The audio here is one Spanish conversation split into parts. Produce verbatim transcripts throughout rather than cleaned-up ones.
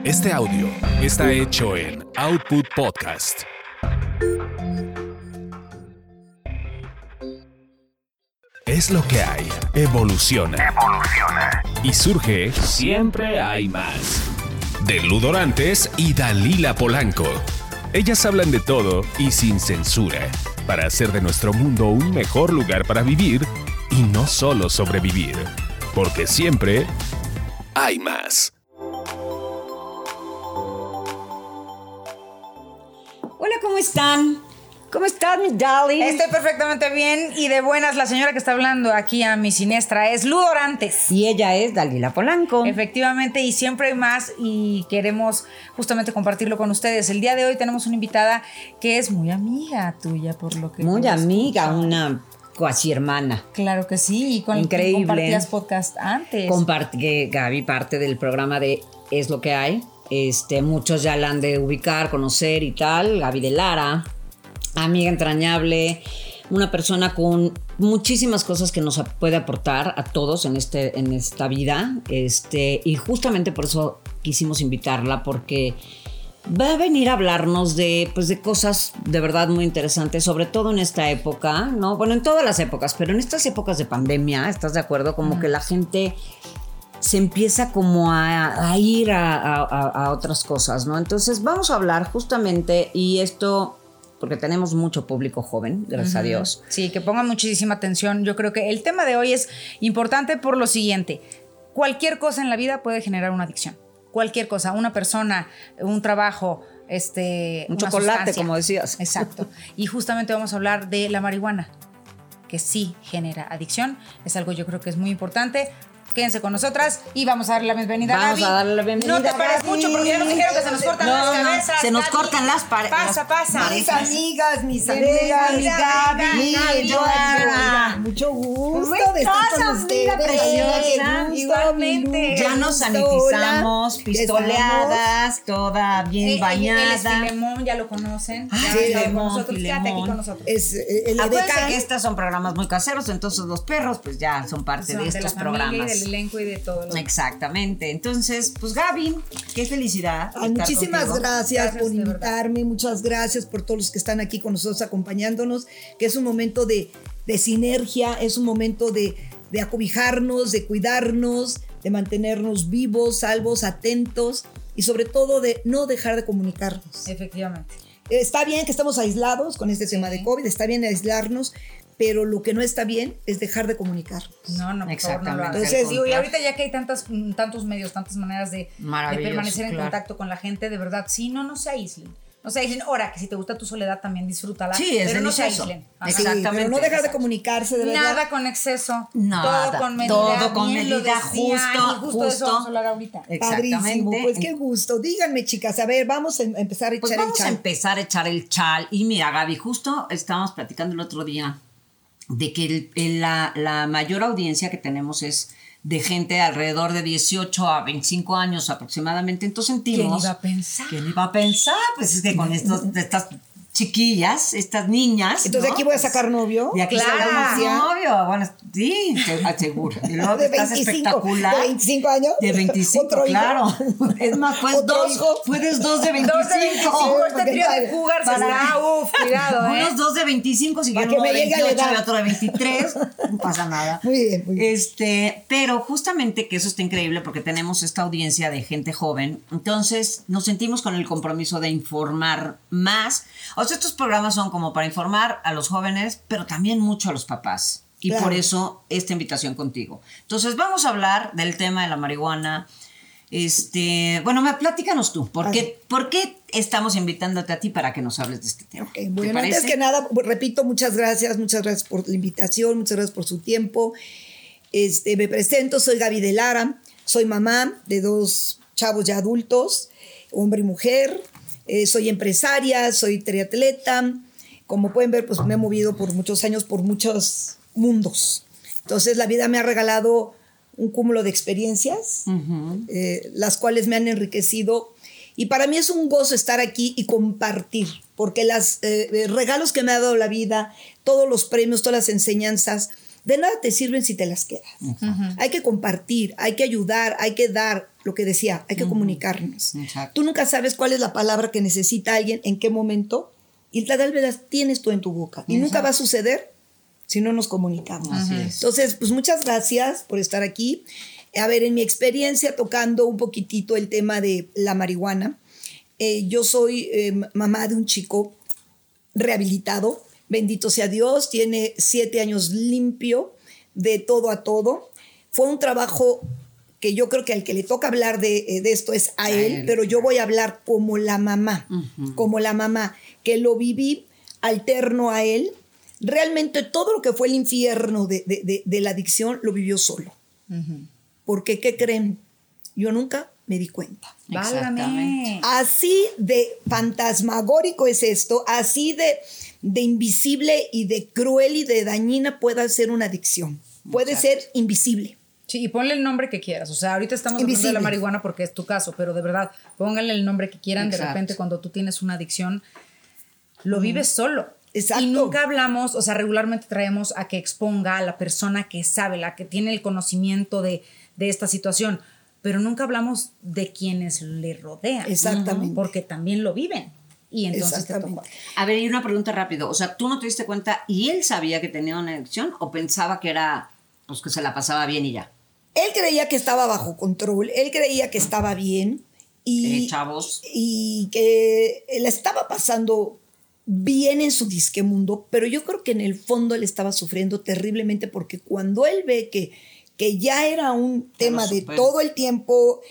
Este audio está hecho en Output Podcast. Es lo que hay. Evoluciona. Evoluciona. Y surge Siempre hay más. De Lu Dorantes y Dalila Polanco. Ellas hablan de todo y sin censura, para hacer de nuestro mundo un mejor lugar para vivir y no solo sobrevivir. Porque siempre hay más. Hola, ¿cómo están? ¿Cómo estás, mi darling? Estoy perfectamente bien y de buenas. La señora que está hablando aquí a mi siniestra es Lu Dorantes. Y ella es Dalila Polanco. Efectivamente, y siempre hay más y queremos justamente compartirlo con ustedes. El día de hoy tenemos una invitada que es muy amiga tuya, por lo que... Muy amiga, escucho. Una cuasi hermana. Claro que sí, y con Increíble. Quien compartías podcast antes. Compartí, Gaby, parte del programa de Es lo que hay. Este, muchos ya la han de ubicar, conocer y tal. Gaby de Lara, amiga entrañable, una persona con muchísimas cosas que nos puede aportar a todos en, este, en esta vida. Este, y justamente por eso quisimos invitarla, porque va a venir a hablarnos de, pues, de cosas de verdad muy interesantes, sobre todo en esta época, ¿no? Bueno, en todas las épocas, pero en estas épocas de pandemia, ¿estás de acuerdo? Como mm. que la gente se empieza como a, a ir a, a, a otras cosas, ¿no? Entonces vamos a hablar justamente, y esto porque tenemos mucho público joven, gracias uh-huh. a Dios. Sí, que pongan muchísima atención. Yo creo que el tema de hoy es importante por lo siguiente. Cualquier cosa en la vida puede generar una adicción. Cualquier cosa, una persona, un trabajo, este, un una chocolate, sustancia. Como decías. Exacto. Y justamente vamos a hablar de la marihuana, que sí genera adicción. Es algo yo creo que es muy importante. Quédense con nosotras y vamos a darle la bienvenida vamos a Gaby. Vamos a darle la bienvenida. No te pares mucho porque ya nos dijeron que se nos cortan no, las cabezas. No, se nos Gaby. cortan las paredes. Pasa, pasa. Mis amigas, mis amigas, mi Gaby, Gaby, mucho gusto de estar con ustedes. Preciosa, igualmente. Ya nos sanitizamos, pistoleadas, toda bien eh, bañada. Él es Filemón, ya lo conocen. Ah, ya sí, está Filemón, con nosotros. Filemón. Quédate aquí con nosotros. Es el Acuérdense que estos son programas muy caseros, entonces los perros pues ya son parte son de estos de la programas. Y del elenco y de todo. Lo Exactamente. Entonces, pues Gaby, qué felicidad. Ay, muchísimas contigo. gracias, gracias por invitarme, muchas gracias por todos los que están aquí con nosotros acompañándonos, que es un momento de, de sinergia, es un momento de, de acobijarnos, de cuidarnos, de mantenernos vivos, salvos, atentos y sobre todo de no dejar de comunicarnos. Efectivamente. Está bien que estamos aislados con este sí. tema de COVID, está bien aislarnos, pero lo que no está bien es dejar de comunicar. No, no, por Exactamente. favor, no lo Entonces, digo, y ahorita ya que hay tantas, tantos medios, tantas maneras de, de permanecer en claro. contacto con la gente, de verdad, sí, no, no se aíslen. No se aíslen. Ahora, que si te gusta tu soledad, también disfrútala. Sí, es pero delicioso. No se aíslen. Ajá. Exactamente. Sí, pero no dejar de comunicarse, de verdad. Nada con exceso. Nada. Todo con medida. Todo con bien medida, decían, justo, y justo. justo. De eso vamos a hablar ahorita. Padrísimo, pues qué gusto. Díganme, chicas, a ver, vamos a empezar a echar pues el vamos chal. Vamos a empezar a echar el chal. Y mira, Gaby, justo estábamos platicando el otro día de que el, el, la, la mayor audiencia que tenemos es de gente alrededor de dieciocho a veinticinco años aproximadamente. Entonces sentimos... ¿Quién iba a pensar? ¿Quién iba a pensar? Pues es que con estos, estas chiquillas, estas niñas... Entonces ¿no? aquí voy a sacar novio. De aquí claro. sacamos novio. Bueno, sí, te aseguro. Y luego de estás veinticinco, espectacular. ¿De veinticinco años? De veinticinco, ¿Otro claro. Hijo? Es más, pues dos, hijo? puedes dos de veinticinco. Dos de veinticinco, este trío de cougars está, uf, cuidado, ¿eh? Unos dos de veinticinco, si quieren uno de veintiocho y otro de veintitrés, no pasa nada. Muy bien, muy bien. Este, pero justamente que eso está increíble porque tenemos esta audiencia de gente joven, entonces nos sentimos con el compromiso de informar más. O sea, estos programas son como para informar a los jóvenes, pero también mucho a los papás. Y claro. por eso esta invitación contigo. Entonces vamos a hablar del tema de la marihuana. Este, bueno, me platícanos tú, ¿por qué, ¿por qué estamos invitándote a ti para que nos hables de este tema? Okay, bueno, antes que nada, repito, muchas gracias, muchas gracias por la invitación, muchas gracias por su tiempo. Este, me presento, soy Gaby de Lara, soy mamá de dos chavos ya adultos, hombre y mujer. Eh, soy empresaria, soy triatleta. Como pueden ver, pues me he movido por muchos años por muchos mundos. Entonces la vida me ha regalado un cúmulo de experiencias, uh-huh. eh, las cuales me han enriquecido. Y para mí es un gozo estar aquí y compartir, porque los eh, regalos que me ha dado la vida, todos los premios, todas las enseñanzas, de nada te sirven si te las quedas. Uh-huh. Hay que compartir, hay que ayudar, hay que dar, lo que decía, hay que uh-huh. comunicarnos. Exacto. Tú nunca sabes cuál es la palabra que necesita alguien, en qué momento, y tal vez las tienes tú en tu boca. Y Exacto. nunca va a suceder si no nos comunicamos. Así es. Entonces, pues muchas gracias por estar aquí. A ver, en mi experiencia tocando un poquitito el tema de la marihuana, eh, yo soy eh, mamá de un chico rehabilitado, bendito sea Dios, tiene siete años limpio de todo a todo. Fue un trabajo que yo creo que al que le toca hablar de, de esto es a él, él, pero yo voy a hablar como la mamá, uh-huh. como la mamá, que lo viví alterno a él. Realmente todo lo que fue el infierno de, de, de, de la adicción lo vivió solo. Uh-huh. Porque, ¿qué creen? Yo nunca me di cuenta. Válgame. Así de fantasmagórico es esto, así de, de invisible y de cruel y de dañina puede ser una adicción. Puede Exacto. ser invisible. Sí, y ponle el nombre que quieras. O sea, ahorita estamos invisible. hablando de la marihuana porque es tu caso, pero de verdad, pónganle el nombre que quieran. Exacto. De repente, cuando tú tienes una adicción, lo mm. vives solo. Exacto. Y nunca hablamos, o sea, regularmente traemos a que exponga a la persona que sabe, la que tiene el conocimiento de, de esta situación, pero nunca hablamos de quienes le rodean. Exactamente. Porque también lo viven. Y entonces te tocó. A ver, y una pregunta rápido. O sea, ¿tú no te diste cuenta y él sabía que tenía una adicción o pensaba que era, pues que se la pasaba bien y ya? Él creía que estaba bajo control, él creía que estaba bien y, eh, chavos. y que la estaba pasando bien en su disque mundo, pero yo creo que en el fondo él estaba sufriendo terriblemente porque cuando él ve que, que ya era un tema de todo el tiempo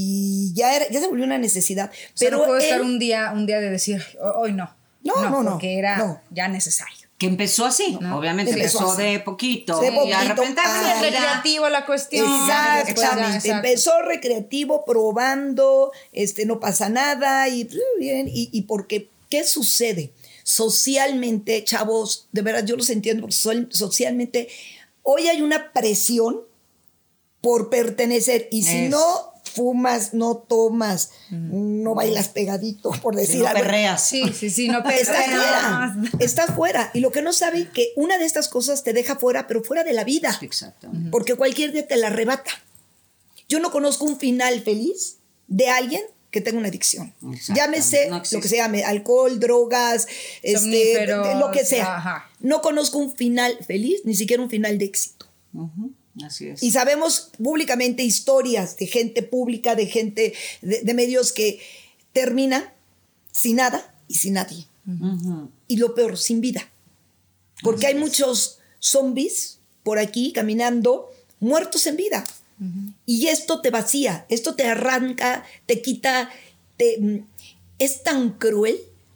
y ya, era, ya se volvió una necesidad. O sea, pero no puedo él, estar un día, un día de decir, hoy no. No, no, no. Porque era no. ya necesario. Que empezó así, ¿no? Obviamente empezó, empezó de poquito. De poquito. Y de repente ah, es recreativo la cuestión. Exactamente. Exacto. Empezó recreativo, probando, este, no pasa nada y bien. Y, y porque, ¿qué sucede? Socialmente, chavos, de verdad yo los entiendo, porque socialmente hoy hay una presión por pertenecer. Y si es. no fumas, no tomas, mm. no bailas pegadito, por decir si no algo. perreas. Sí, sí, sí, no perreas. Estás fuera, estás fuera. Y lo que no saben que una de estas cosas te deja fuera, pero fuera de la vida. Exactamente. Porque cualquier día te la arrebata. Yo no conozco un final feliz de alguien que tenga una adicción. Llámese no lo que se llame, alcohol, drogas, este, lo que sea. Ajá. No conozco un final feliz, ni siquiera un final de éxito. Uh-huh. Así es. Y sabemos públicamente historias de gente pública, de gente de, de medios que termina sin nada y sin nadie. Uh-huh. Y lo peor, sin vida. Porque Así hay es. muchos zombies por aquí caminando, muertos en vida. Uh-huh. Y esto te vacía, esto te arranca, te quita, te, es tan cruel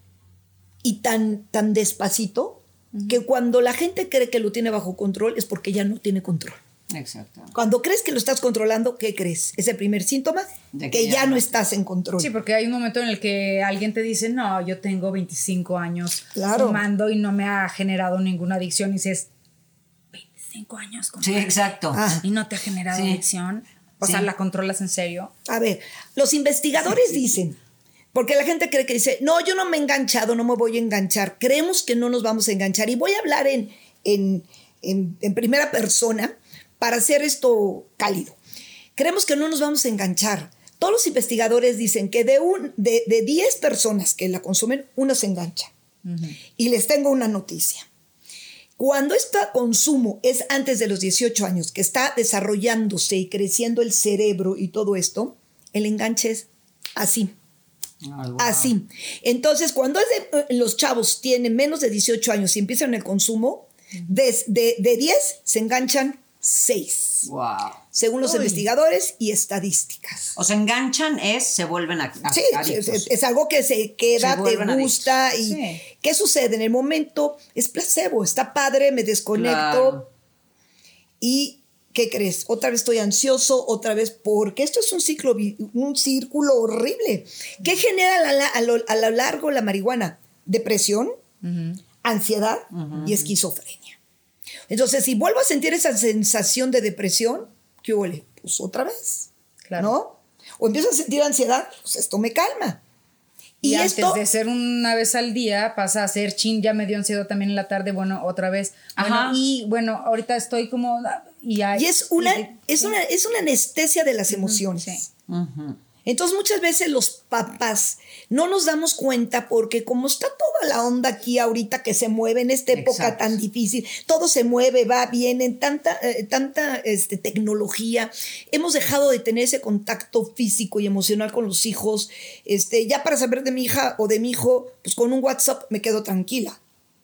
y tan, tan despacito uh-huh. que cuando la gente cree que lo tiene bajo control es porque ya no tiene control. Exacto. Cuando crees que lo estás controlando, ¿qué crees? Es el primer síntoma de que, que ya, ya no estás en control. Sí, porque hay un momento en el que alguien te dice, no, yo tengo veinticinco años claro. fumando y no me ha generado ninguna adicción. Y dices, veinticinco años. Sí, exacto. Ah. Y no te ha generado sí. adicción. O sí. sea, ¿la controlas en serio? A ver, los investigadores sí. dicen, porque la gente cree que dice, no, yo no me he enganchado, no me voy a enganchar. Creemos que no nos vamos a enganchar. Y voy a hablar en, en, en, en primera persona para hacer esto cálido. Creemos que no nos vamos a enganchar. Todos los investigadores dicen que de, un, de, de diez personas que la consumen, una se engancha. Uh-huh. Y les tengo una noticia. Cuando este consumo es antes de los dieciocho años, que está desarrollándose y creciendo el cerebro y todo esto, el enganche es así. Oh, wow. Así. Entonces, cuando es de, los chavos tienen menos de dieciocho años y empiezan el consumo, uh-huh. de, de, de diez se enganchan seis. Wow. Según los Uy. investigadores y estadísticas. O se enganchan es, se vuelven a, a sí, es, es algo que se queda, se te gusta. Adictos. Y sí. ¿qué sucede? En el momento es placebo, está padre, me desconecto. Claro. Y ¿qué crees? Otra vez estoy ansioso, otra vez, porque esto es un ciclo, un círculo horrible. ¿Qué genera a, la, a, lo, a lo largo la marihuana? Depresión, uh-huh. ansiedad uh-huh. y esquizofrenia. Entonces, si vuelvo a sentir esa sensación de depresión, ¿qué huele? Pues otra vez, claro. ¿no? O empiezo a sentir ansiedad, pues esto me calma. Y, Y antes esto- de ser una vez al día, pasa a ser chin, ya me dio ansiedad también en la tarde, bueno, otra vez. Bueno, Ajá. y bueno, ahorita estoy como... Y, ya- Y es una, y- es una, es una anestesia de las emociones. sí. Entonces muchas veces los papás no nos damos cuenta porque como está toda la onda aquí ahorita que se mueve en esta época Exacto. tan difícil, todo se mueve, va, viene, tanta, eh, tanta este, tecnología, hemos dejado de tener ese contacto físico y emocional con los hijos. Este, ya para saber de mi hija o de mi hijo, pues con un WhatsApp me quedo tranquila.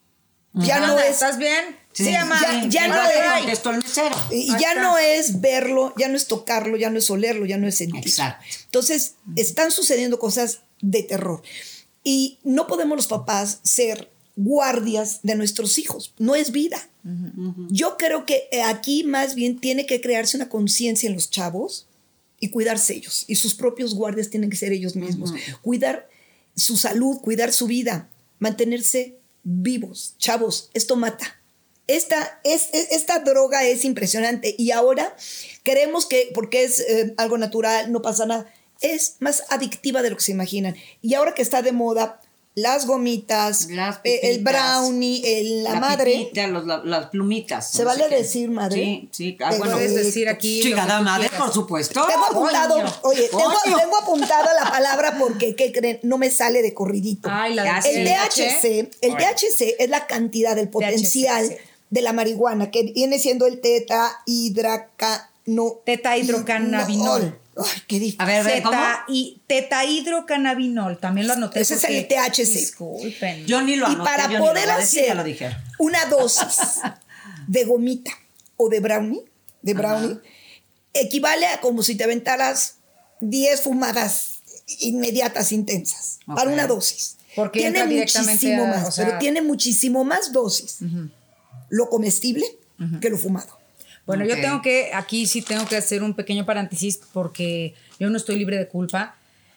Ya no Anda, es... ¿Estás bien? Sí. Sí, mamá. Ya- ya Igual no te es- contestó el mesero. Y Ahí ya está. no es verlo, ya no es tocarlo, ya no es olerlo, ya no es sentir. Exacto. Entonces, están sucediendo cosas de terror. Y no podemos los papás ser guardias de nuestros hijos. No es vida. Yo creo que aquí más bien tiene que crearse una conciencia en los chavos y cuidarse ellos. Y sus propios guardias tienen que ser ellos mismos. Cuidar su salud, cuidar su vida, mantenerse vivos. Chavos, esto mata. Esta, es, es- esta droga es impresionante y ahora creemos que porque es eh, algo natural, no pasa nada. Es más adictiva de lo que se imaginan. Y ahora que está de moda, las gomitas, Las eh, el pepitas, brownie, el- la, madre. pipita, los- la- las plumitas. ¿Se no sé vale qué. decir madre? Sí, sí. Ah, Pero bueno, Puedes eh, decir aquí. lo que chingada tú madre, quieras. por supuesto. Tengo apuntado, Coño. oye, tengo, Coño. tengo apuntada la palabra porque, ¿qué creen? No me sale de corridito. Ay, la Ya de sé. El Sí. D H C, el Ahora. D H C es la cantidad del potencial D H C, sí. de la marihuana, que viene siendo el tetrahidrocano... Tetahidrocannabinol. Ay, qué difícil. A ver, a ver, ¿cómo? Zeta y tetahidrocannabinol, también lo anoté. Ese es el porque- T H C. Disculpen. Yo ni lo Y anoté, para yo ni lo poder voy a decir, hacer ya lo dije. una dosis de gomita o de brownie, de brownie, equivale a como si te aventaras diez fumadas inmediatas intensas Ok. para una dosis. Porque tiene entra directamente muchísimo a- más, o sea- pero tiene muchísimo más dosis lo comestible que lo fumado. Bueno, Ok. yo tengo que, aquí sí tengo que hacer un pequeño paréntesis porque yo no estoy libre de culpa.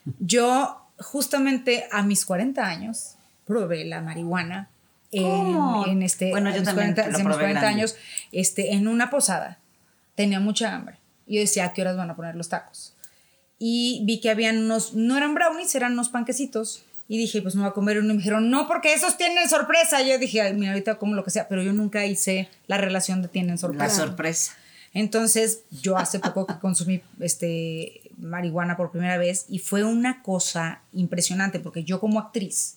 Yo justamente a mis cuarenta años probé la marihuana en, ¿Cómo? en este, Bueno, a yo mis también cuarenta, la hace mis probé cuarenta grande. años, este, en una posada. Tenía mucha hambre. Y yo decía, ¿a qué horas van a poner los tacos? Y vi que habían unos, no eran brownies, eran unos panquecitos. Y dije, pues me voy a comer uno. Y me dijeron, no, porque esos tienen sorpresa. Y yo dije, ay, mira, ahorita como lo que sea. Pero yo nunca hice la relación de tienen La sorpresa. sorpresa. Entonces, yo hace poco que consumí este, marihuana por primera vez y fue una cosa impresionante porque yo como actriz,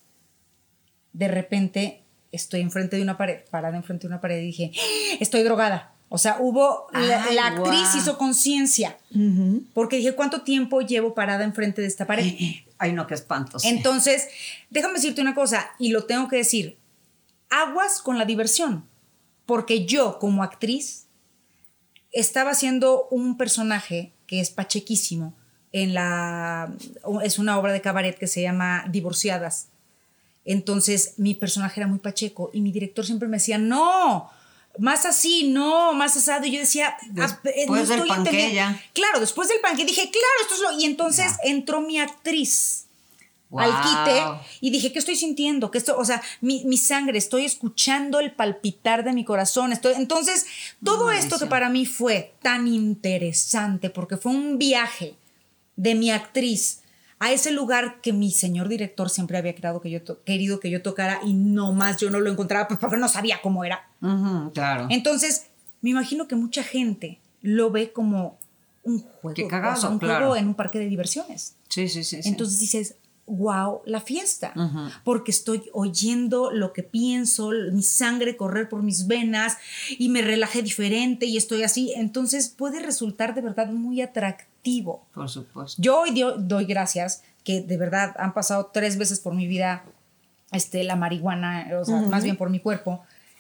de repente estoy enfrente de una pared, parada enfrente de una pared y dije, ¡Ah! Estoy drogada. O sea, hubo, la, Ay, la actriz guau. hizo conciencia porque dije, ¿cuánto tiempo llevo parada enfrente de esta pared? Ay, no, qué espanto. sí. Entonces, déjame decirte una cosa, y lo tengo que decir, aguas con la diversión, porque yo como actriz estaba haciendo un personaje que es pachequísimo, en la, es una obra de cabaret que se llama Divorciadas. Entonces, mi personaje era muy pacheco y mi director siempre me decía, no, más así, no, más asado. Y yo decía, ah, eh, no Después del estoy panqué entendiendo. ya. Claro, después del panque dije, claro, esto es lo... Y entonces entró mi actriz al Wow. quite y dije, ¿qué estoy sintiendo? Que esto, o sea, mi, mi sangre, estoy escuchando el palpitar de mi corazón. Estoy, entonces, todo Maldición. esto que para mí fue tan interesante porque fue un viaje de mi actriz a ese lugar que mi señor director siempre había querido que yo, to- querido que yo tocara y no más yo no lo encontraba pues porque no sabía cómo era. Ujú, claro. Entonces, me imagino que mucha gente lo ve como un juego, Qué cagado, o sea, un claro. juego en un parque de diversiones. Sí, sí, sí. sí. Entonces dices, wow, la fiesta, Ujú. porque estoy oyendo lo que pienso, mi sangre correr por mis venas y me relajé diferente y estoy así. Entonces puede resultar de verdad muy atractivo. Por supuesto. Yo hoy dio- doy gracias que de verdad han pasado tres veces por mi vida este, la marihuana, o sea, más bien por mi cuerpo.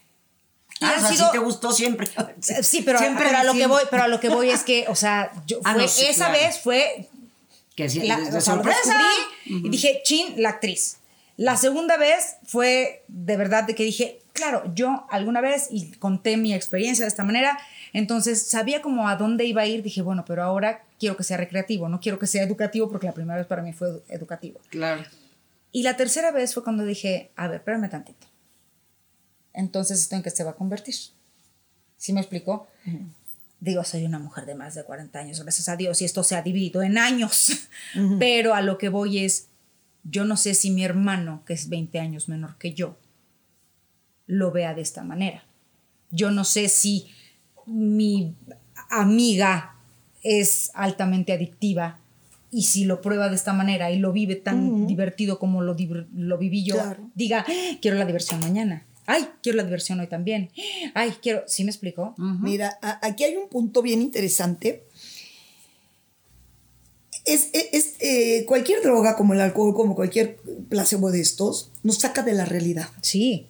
Y Ah, ha o sea, sido- sí te gustó siempre. Sí, pero, Siempre pero a lo que diciendo- voy, pero a lo que voy es que, o sea, yo Ah, fue, no, sí, esa claro. vez fue Que sí, la, de, de o sea, lo sorpresa. descubrí y dije, chin, la actriz. La segunda vez fue de verdad de que dije, claro, yo alguna vez y conté mi experiencia de esta manera, entonces sabía como a dónde iba a ir, dije, bueno, pero ahora quiero que sea recreativo, no quiero que sea educativo porque la primera vez para mí fue edu- educativo. Claro. Y la tercera vez fue cuando dije, a ver, espérame tantito. Entonces, ¿esto en qué se va a convertir? ¿Sí me explicó? Digo, soy una mujer de más de cuarenta años, gracias a Dios, y esto se ha dividido en años. Pero a lo que voy es, Yo no sé si mi hermano, que es veinte años menor que yo, lo vea de esta manera. Yo no sé si mi amiga es altamente adictiva y si lo prueba de esta manera y lo vive tan uh-huh. divertido como lo, lo viví yo, claro. diga, quiero la diversión mañana. Ay, quiero la diversión hoy también. Ay, quiero... ¿Sí me explico? Uh-huh. Mira, a, aquí hay un punto bien interesante. Es, es, es eh, cualquier droga, como el alcohol, como cualquier placebo de estos, nos saca de la realidad. Sí.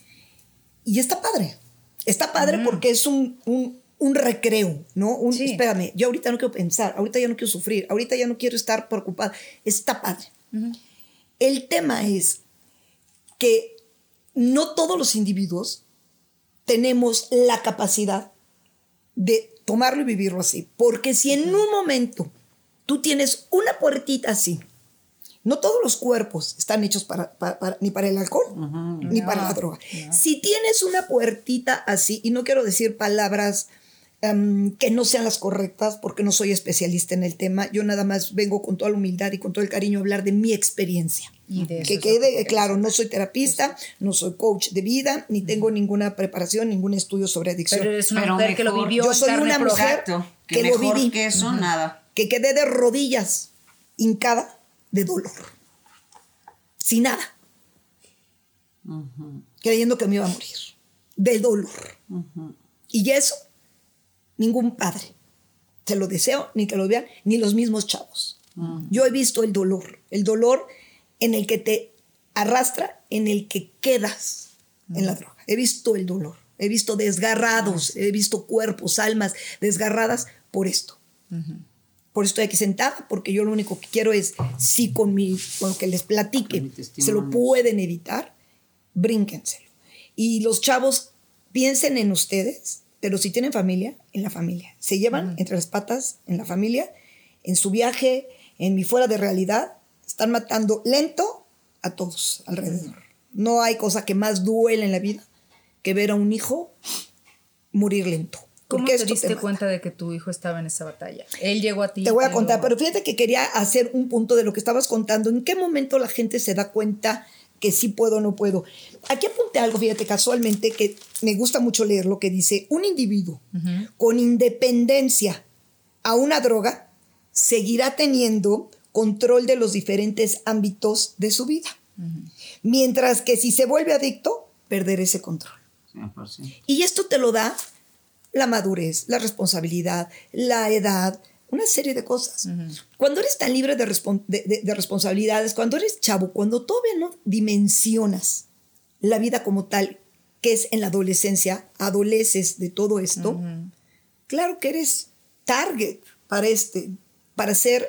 Y está padre. Está padre uh-huh. porque es un, un, un recreo, ¿no? Un, sí. Espérame, yo ahorita no quiero pensar, ahorita ya no quiero sufrir, ahorita ya no quiero estar preocupada. Está padre. Uh-huh. El tema es que no todos los individuos tenemos la capacidad de tomarlo y vivirlo así. Porque si en un momento tú tienes una puertita así, no todos los cuerpos están hechos para, para, para, ni para el alcohol, uh-huh. ni no, para la droga. No. Si tienes una puertita así, y no quiero decir palabras um, que no sean las correctas, porque no soy especialista en el tema, yo nada más vengo con toda la humildad y con todo el cariño a hablar de mi experiencia. Y de que quede claro, no soy terapista, no soy coach de vida, ni tengo uh-huh. ninguna preparación, ningún estudio sobre adicción. Pero eres una Pero mujer mejor, que lo vivió. Yo soy una mujer Exacto, que, que lo mejor viví. que eso, uh-huh. nada. Que quedé de rodillas, hincada, de dolor. Sin nada. Uh-huh. Creyendo que me iba a morir. De dolor. Uh-huh. Y eso, ningún padre se lo deseo, ni que lo vean, ni los mismos chavos. Uh-huh. Yo he visto el dolor. El dolor en el que te arrastra, en el que quedas uh-huh. en la droga. He visto el dolor. He visto desgarrados. Uh-huh. He visto cuerpos, almas desgarradas por esto. Uh-huh. Por eso estoy aquí sentada, porque yo lo único que quiero es, si con, mi, con lo que les platique se lo pueden evitar, brínquenselo. Y los chavos, piensen en ustedes, pero si tienen familia, en la familia. Se llevan uh-huh. entre las patas en la familia, en su viaje, en mi fuera de realidad, están matando lento a todos alrededor. Uh-huh. No hay cosa que más duele en la vida que ver a un hijo morir lento. ¿Cómo te diste te cuenta de que tu hijo estaba en esa batalla? Él llegó a ti. Te voy a contar, lo... pero fíjate que quería hacer un punto de lo que estabas contando. ¿En qué momento la gente se da cuenta que sí puedo o no puedo? Aquí apunté algo, fíjate, casualmente, que me gusta mucho leer lo que dice. Un individuo uh-huh. con independencia a una droga seguirá teniendo control de los diferentes ámbitos de su vida. Uh-huh. Mientras que si se vuelve adicto, perderá ese control. cien por ciento. Y esto te lo da la madurez, la responsabilidad, la edad, una serie de cosas. Uh-huh. Cuando eres tan libre de, respon- de, de, de responsabilidades, cuando eres chavo, cuando todavía no dimensionas la vida como tal, que es en la adolescencia, adoleces de todo esto, uh-huh. claro que eres target para, este, para ser,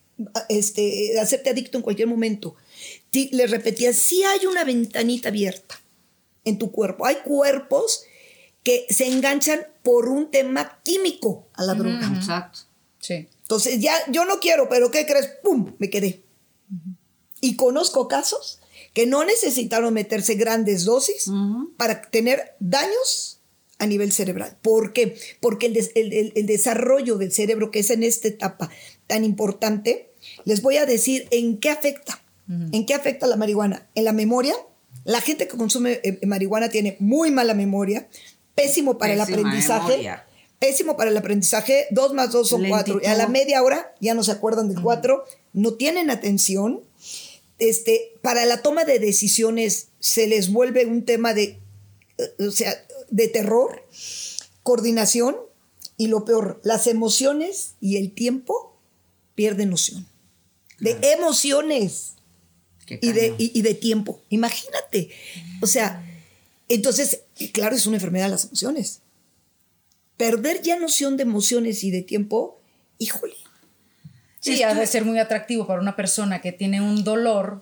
este, hacerte adicto en cualquier momento. T- les repetía, sí hay una ventanita abierta en tu cuerpo. Hay cuerpos que se enganchan por un tema químico a la droga. Uh-huh. Exacto. Sí. Entonces ya, yo no quiero, pero ¿qué crees? ¡Pum! Me quedé. Uh-huh. Y conozco casos que no necesitaron meterse grandes dosis uh-huh. para tener daños a nivel cerebral. ¿Por qué? Porque el, des, el, el, el desarrollo del cerebro, que es en esta etapa tan importante, les voy a decir en qué afecta. Uh-huh. ¿En qué afecta la marihuana? En la memoria. La gente que consume eh, marihuana tiene muy mala memoria. Pésimo para Pésima el aprendizaje. Memoria. Pésimo para el aprendizaje. Dos más dos son Lentito. cuatro. Y a la media hora ya no se acuerdan del uh-huh. cuatro. No tienen atención. Este, para la toma de decisiones se les vuelve un tema de, o sea, de terror, coordinación y lo peor, las emociones y el tiempo pierden noción. De claro. emociones y de, y, y de tiempo. Imagínate. O sea, entonces, claro, es una enfermedad de las emociones. Perder ya noción de emociones y de tiempo, híjole. Sí, ha de ser muy atractivo para una persona que tiene un dolor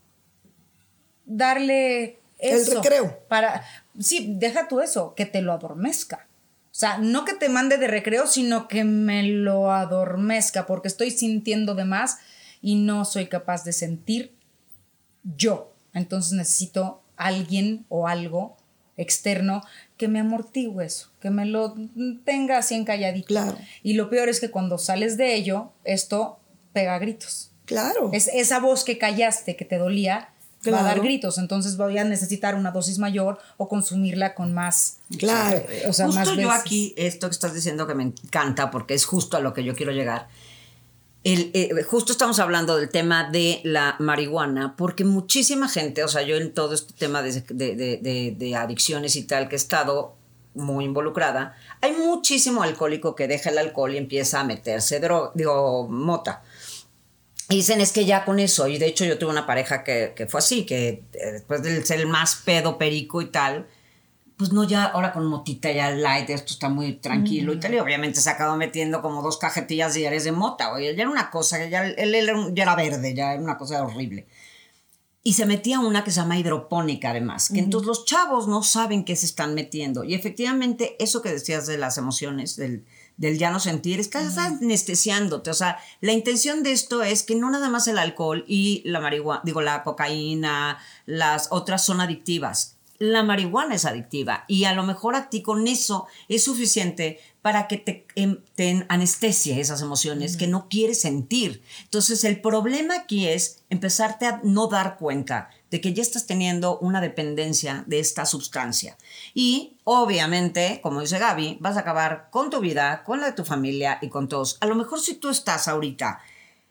darle eso. El recreo. Para, sí, deja tú eso, que te lo adormezca. O sea, no que te mande de recreo, sino que me lo adormezca, porque estoy sintiendo de más y no soy capaz de sentir yo. Entonces necesito alguien o algo externo que me amortigue eso, que me lo tenga así encalladito. Claro. Y lo peor es que cuando sales de ello, esto pega gritos. Claro. Es esa voz que callaste, que te dolía, Claro. va a dar gritos. Entonces voy a necesitar una dosis mayor o consumirla con más. Claro. O sea, justo más yo veces. aquí, esto que estás diciendo que me encanta, porque es justo a lo que yo quiero llegar. El, eh, justo estamos hablando del tema de la marihuana, porque muchísima gente, o sea, yo en todo este tema de, de, de, de, de adicciones y tal, que he estado muy involucrada, hay muchísimo alcohólico que deja el alcohol y empieza a meterse droga, digo, mota. Y dicen, es que ya con eso, y de hecho yo tuve una pareja que, que fue así, que eh, después de ser el más pedo perico y tal, pues no, ya ahora con motita ya light, esto está muy tranquilo mm. y tal, y obviamente se acabó metiendo como dos cajetillas diarias de mota, oye, ya era una cosa, ya, él, él ya era verde, ya era una cosa horrible. Y se metía una que se llama hidropónica además, que uh-huh. entonces los chavos no saben qué se están metiendo, y efectivamente eso que decías de las emociones, del, del ya no sentir, es que uh-huh. estás anestesiándote, o sea, la intención de esto es que no nada más el alcohol y la marihuana, digo, la cocaína, las otras son adictivas. La marihuana es adictiva y a lo mejor a ti con eso es suficiente para que te, te anestesie esas emociones mm. que no quieres sentir. Entonces el problema aquí es empezarte a no dar cuenta de que ya estás teniendo una dependencia de esta sustancia. Y obviamente, como dice Gaby, vas a acabar con tu vida, con la de tu familia y con todos. A lo mejor si tú estás ahorita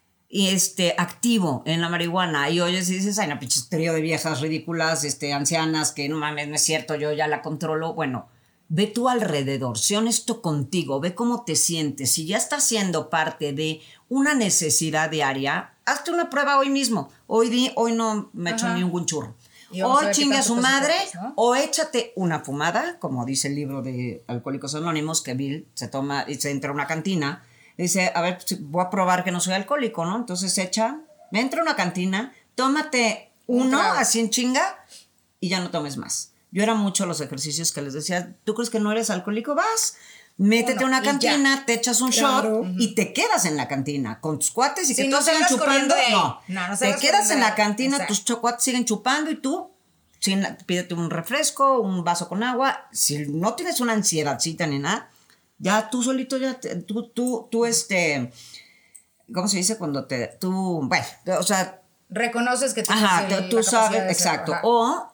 y este, activo en la marihuana y oyes y dices, ay, una pinche trío de viejas ridículas, este, ancianas, que no mames, no es cierto, yo ya la controlo. Bueno, ve tú alrededor, sé honesto contigo, ve cómo te sientes. Si ya estás siendo parte de una necesidad diaria, hazte una prueba hoy mismo. Hoy, di, hoy no me echo ni un churro. O chingue a su madre, ¿no? O échate una fumada, como dice el libro de Alcohólicos Anónimos, que Bill se toma y se entra a una cantina. Dice, a ver, voy a probar que no soy alcohólico, ¿no? Entonces echa, me entra a una cantina, tómate uno, así en chinga, y ya no tomes más. Yo era mucho los ejercicios que les decía, ¿tú crees que no eres alcohólico? Vas, métete a una cantina, te echas un claro. shot uh-huh. y te quedas en la cantina con tus cuates y que sí, todos no sigan chupando. No, no, no te quedas en la cantina, exacto. Tus cuates siguen chupando y tú sin, pídete un refresco, un vaso con agua. Si no tienes una ansiedadcita ni nada, ya tú solito, ya, te, tú, tú, tú, este, ¿cómo se dice? Cuando te, tú, bueno, o sea. Reconoces que tienes ajá, el, tú sabes, ser, exacto. Ajá. O,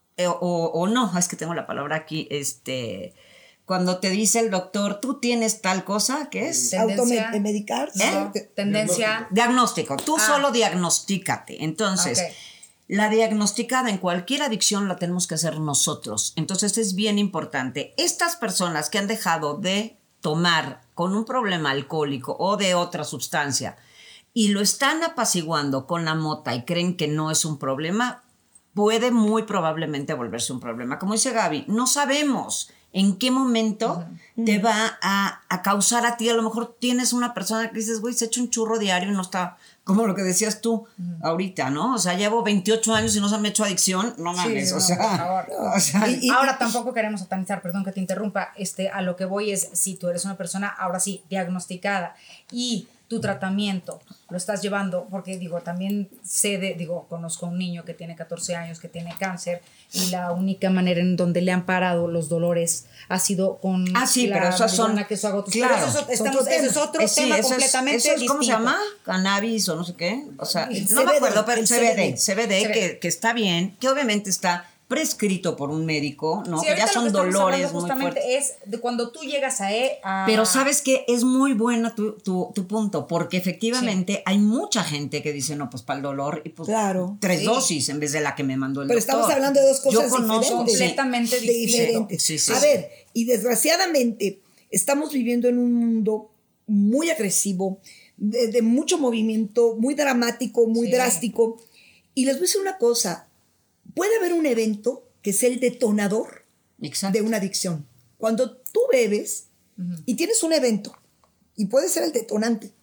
o, o no, es que tengo la palabra aquí, este, cuando te dice el doctor, tú tienes tal cosa, ¿qué es? Automedicar. ¿Eh? No, tendencia. Diagnóstico, tú ah. solo diagnostícate. Entonces, okay. La diagnosticada en cualquier adicción la tenemos que hacer nosotros. Entonces es bien importante. Estas personas que han dejado de tomar con un problema alcohólico o de otra sustancia y lo están apaciguando con la mota y creen que no es un problema, puede muy probablemente volverse un problema. Como dice Gaby, no sabemos en qué momento uh-huh. te va a, a causar a ti. A lo mejor tienes una persona que dices, güey, se echa un churro diario y no está... Como lo que decías tú uh-huh. ahorita, ¿no? O sea, llevo veintiocho años y no se me ha hecho adicción. No mames, sí, o, no, sea, o sea... Y, y, ahora tampoco queremos satanizar, perdón que te interrumpa. Este, a lo que voy es, si tú eres una persona, ahora sí, diagnosticada y tu tratamiento lo estás llevando, porque digo, también sé de, digo, conozco a un niño que tiene catorce años, que tiene cáncer, y la única manera en donde le han parado los dolores ha sido con ah, sí, la pero esos son, que eso hago. Claro, pero eso, estamos, eso es otro eh, sí, tema eso completamente es, eso es, distinto. ¿cómo se llama? Cannabis o no sé qué. O sea, el no C B D, me acuerdo, pero C B D, C B D, que, que está bien, que obviamente está prescrito por un médico, ¿no? Sí, que ya son dolores muy fuertes. Es de cuando tú llegas a, e, a... Pero sabes que es muy buena tu, tu, tu punto, porque efectivamente sí. hay mucha gente que dice, no, pues para el dolor, y pues claro, tres sí. dosis en vez de la que me mandó el Pero doctor. Pero estamos hablando de dos cosas Yo conozco, diferentes. Completamente sí, diferentes. Sí, sí, a sí. ver, y desgraciadamente estamos viviendo en un mundo muy agresivo, de, de mucho movimiento, muy dramático, muy sí. drástico. Y les voy a decir una cosa, puede haber un evento que es el detonador Exacto. de una adicción. Cuando tú bebes uh-huh. y tienes un evento, y puede ser el detonante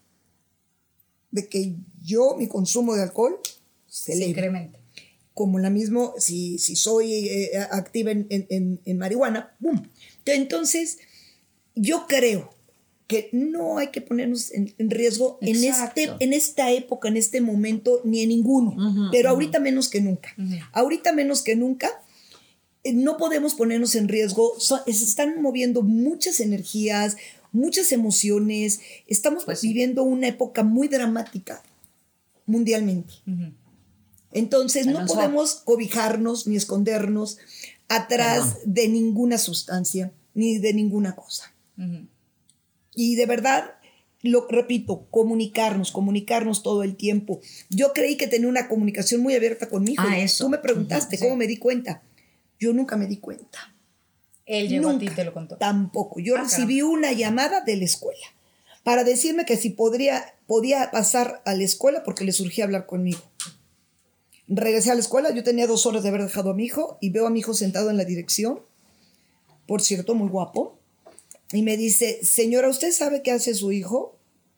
de que yo, mi consumo de alcohol, se, se incremente. Como la misma, si, si soy eh, activa en, en, en marihuana, ¡boom! Entonces, yo creo que no hay que ponernos en, en riesgo en, este, en esta época, en este momento, ni en ninguno. Uh-huh, pero uh-huh. ahorita menos que nunca. Uh-huh. Ahorita menos que nunca, no podemos ponernos en riesgo. So, se están moviendo muchas energías, muchas emociones. Estamos pues, viviendo una época muy dramática. mundialmente. Uh-huh. Entonces no podemos cobijarnos ni escondernos atrás Perdón. de ninguna sustancia ni de ninguna cosa. Uh-huh. Y de verdad, lo repito, comunicarnos, comunicarnos todo el tiempo. Yo creí que tenía una comunicación muy abierta con mi hijo. Ah, eso. Tú me preguntaste uh-huh, cómo sí. me di cuenta. Yo nunca me di cuenta. Él llegó nunca, a ti y te lo contó. Tampoco. Yo ah, recibí caramba. una llamada de la escuela para decirme que si podría, podía pasar a la escuela porque le surgía hablar conmigo. Regresé a la escuela, yo tenía dos horas de haber dejado a mi hijo y veo a mi hijo sentado en la dirección, por cierto, muy guapo, y me dice, señora, ¿usted sabe qué hace su hijo?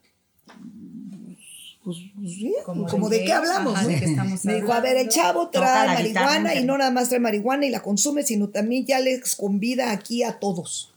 Pues, pues sí, como, como de, de qué hablamos, ajá, ¿no? De qué estamos me dijo, a ver, el chavo trae marihuana y no nada más trae marihuana y la consume, sino también ya les convida aquí a todos.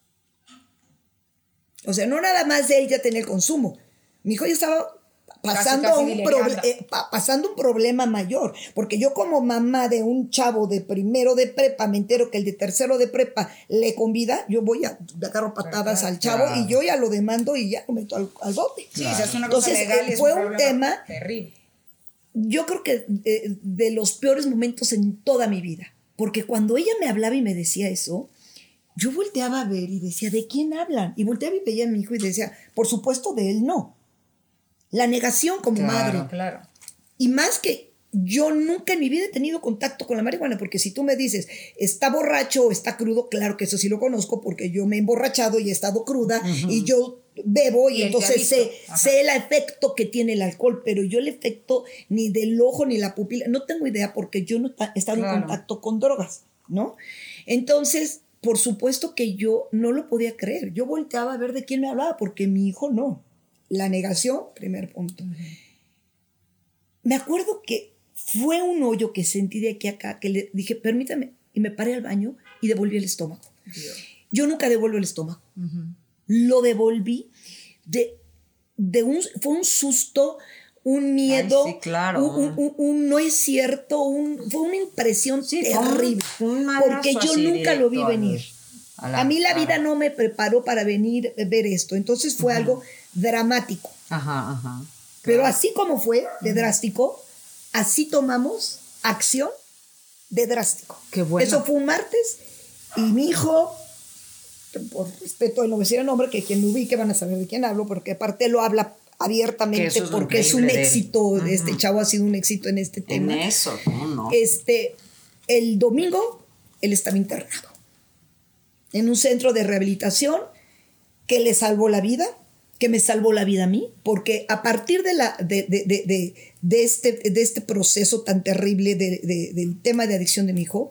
O sea, no nada más él ya tenía el consumo. Mi hijo ya estaba pasando, casi, casi un proble- eh, pa- pasando un problema mayor. Porque yo como mamá de un chavo de primero de prepa, me entero que el de tercero de prepa le convida, yo voy a le agarro patadas claro, al chavo claro. y yo ya lo demando y ya lo meto al, al bote. Sí, claro. Es una cosa Entonces, legal eh, y fue un, un tema, terrible. Yo creo que de, de los peores momentos en toda mi vida. Porque cuando ella me hablaba y me decía eso, yo volteaba a ver y decía, ¿de quién hablan? Y volteaba y veía a mi hijo y decía, por supuesto de él no. La negación como claro, madre. Claro. Y más que yo nunca en mi vida he tenido contacto con la marihuana, porque si tú me dices, está borracho o está crudo, claro que eso sí lo conozco, porque yo me he emborrachado y he estado cruda, uh-huh. y yo bebo y, y entonces sé, sé el efecto que tiene el alcohol, pero yo el efecto ni del ojo ni la pupila, no tengo idea porque yo no he estado claro. en contacto con drogas, ¿no? Entonces, por supuesto que yo no lo podía creer. Yo volteaba a ver de quién me hablaba, porque mi hijo no. La negación, primer punto. Uh-huh. Me acuerdo que fue un hoyo que sentí de aquí a acá, que le dije, permítame, y me paré al baño y devolví el estómago. Dios. Yo nunca devuelvo el estómago. Uh-huh. Lo devolví de, de un, fue un susto, un miedo, Ay, sí, claro. un, un, un, un no es cierto, un, fue una impresión sí, terrible, un, un porque yo nunca lo vi venir. A, la, a mí la vida a... no me preparó para venir a ver esto, entonces fue uh-huh. algo dramático. Ajá, ajá. Claro. Pero así como fue de uh-huh. drástico, así tomamos acción de drástico. Qué bueno. Eso fue un martes y mi hijo, por respeto de no decir el nombre, que quien me ubique van a saber de quién hablo, porque aparte lo habla abiertamente, es porque es un éxito, uh-huh. este chavo ha sido un éxito en este tema. En eso, no, no. Este, el domingo él estaba internado en un centro de rehabilitación que le salvó la vida, que me salvó la vida a mí, porque a partir de, la, de, de, de, de, de, este, de este proceso tan terrible de, de, del tema de adicción de mi hijo,